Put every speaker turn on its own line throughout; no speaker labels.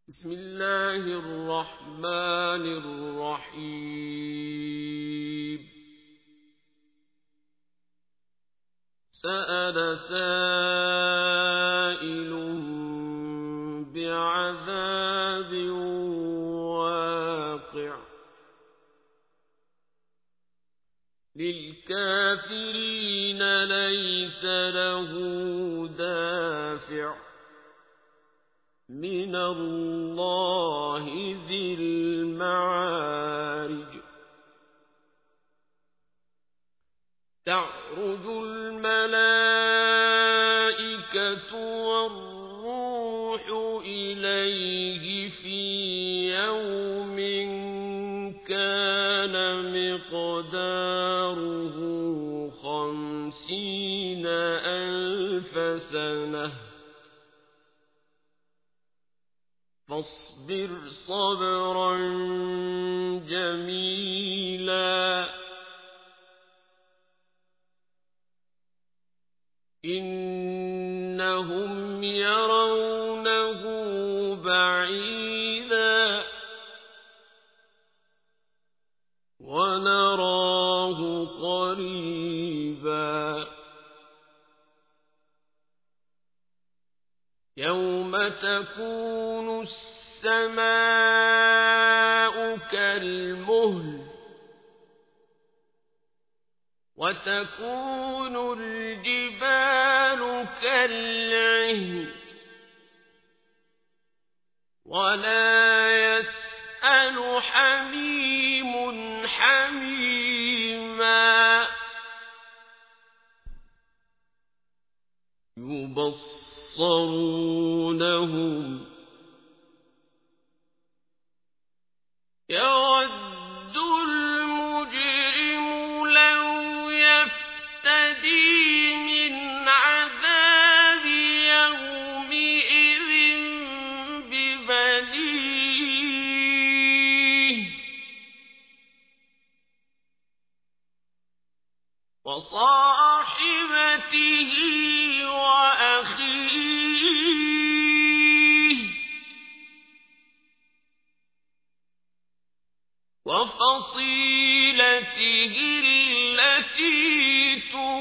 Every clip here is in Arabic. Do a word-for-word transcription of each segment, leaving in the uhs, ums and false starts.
بسم الله الرحمن الرحيم سأل سائل بعذاب واقع للكافرين ليس له دافع من الله ذي المعارج تعرج الملائكة والروح إليه في يوم كان مقداره خمسين ألف سنة فاصبر صبرا جميلا إنهم يرونه بعيدا ونراه قريبا يوم تكون السماء كالمهل وتكون الجبال كالعهن ولا يسأل حميم حميما يبصرونهم يود المجرم لو يفتدي من عذاب يومئذ ببنيه وصاحبته وأخيه وفصيلته التي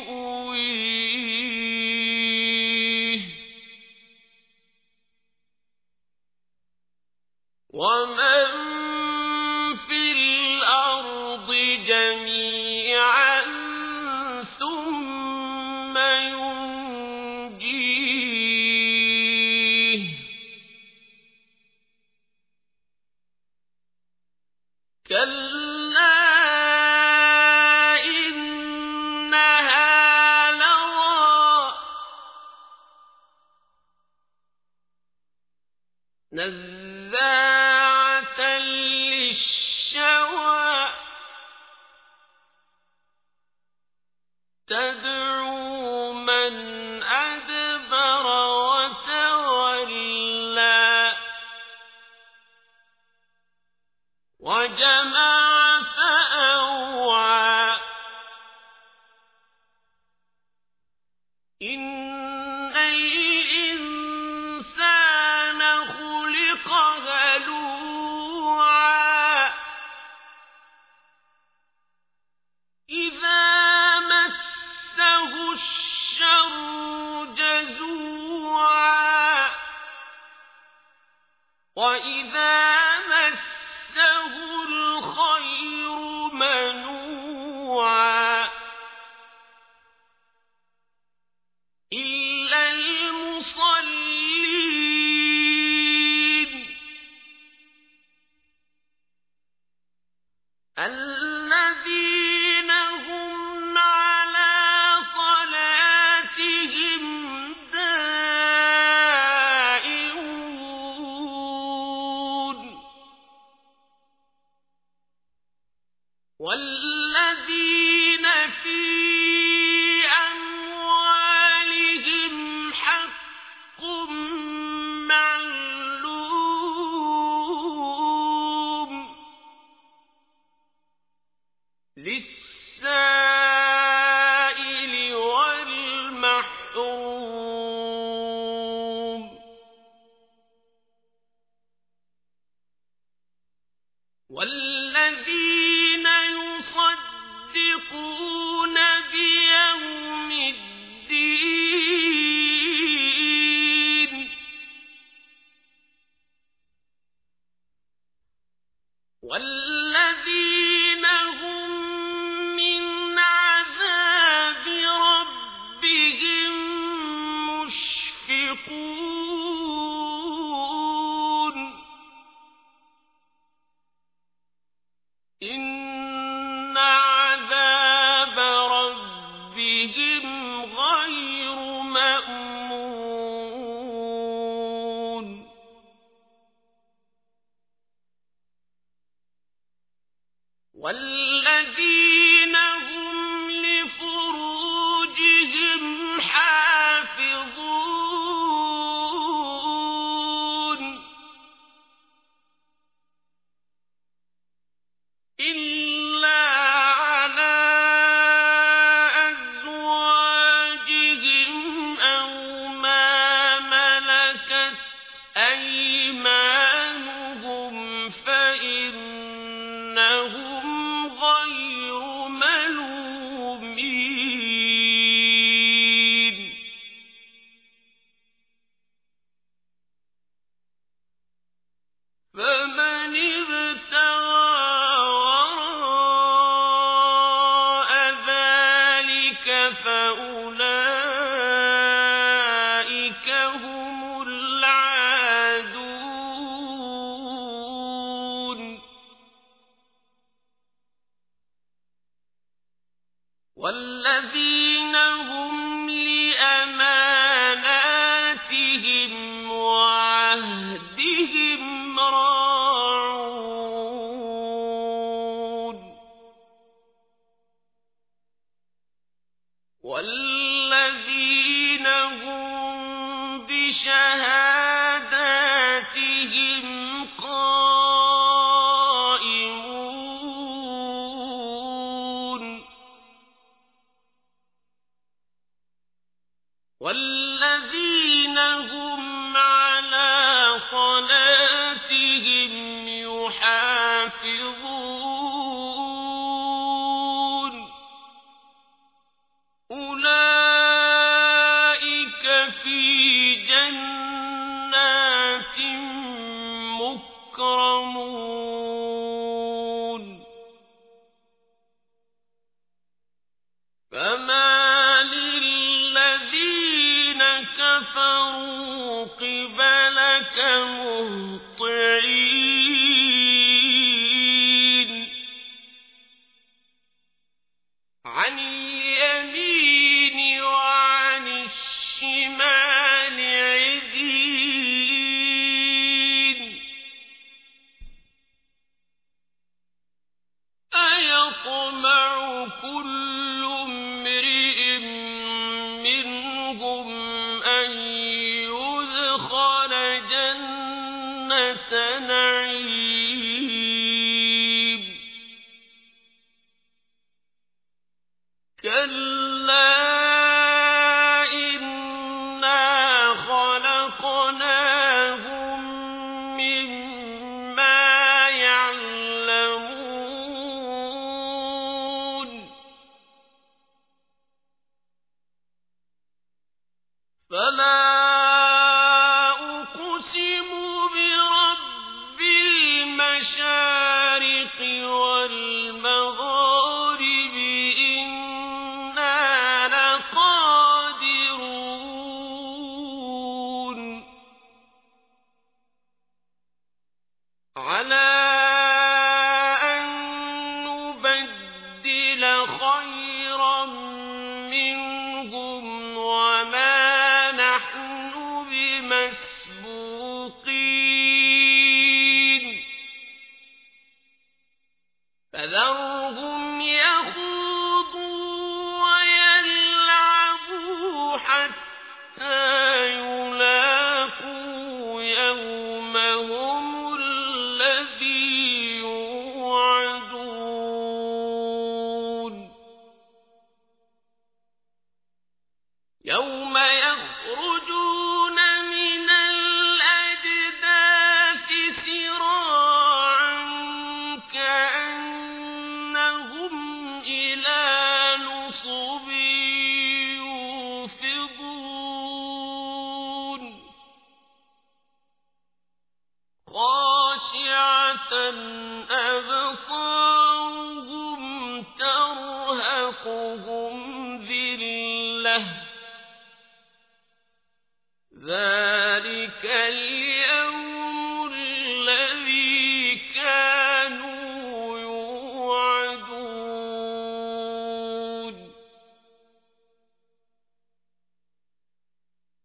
تؤويه ومن في الأرض جميعا ثم ينجيه كلا إنها لظى نزاعة للشوى تدعو من أدبر وتولى وجمع فأوعى إن الإنسان خلق هلوعا إذا مسه الشر جزوعا وإذا مسه الخير منوعا إلا المصلين الذين هم على صلاتهم دائمون والذين في أموالهم حق معلوم للسائل والمحروم والذين يصدقون بيوم الدين والذين هم من عذاب ربهم مشفقون إن عذاب ربهم غير مأمون والذين هم لفروجهم حافظون إلا على أزواجهم أو ما ملكت أيمانهم فإنهم غير ملومين فمن ابتغى وراء ذلك فأولئك هم العادون والذين هم لأماناتهم وعهدهم راعون والذين هم بشهاداتهم قائمون والذين هم على صلاتهم يحافظون أولئك في جنات مكرمون فما للذين كفروا قبلك مهطعين عن اليمين وعن الشمال عزين أيطمع كل امرئ منهم أن يدخل جنة نعيم كلا إنا خلقناهم مما يعلمون فلا أقسم برب المشارق والمغارب إنا لقادرون على أن نبدل خيرا منهم وما نحن بمسبوقين فذرهم يخوضوا ويلعبوا حتى يلاقوا يومهم الذي أبصارهم ترهقهم ذلة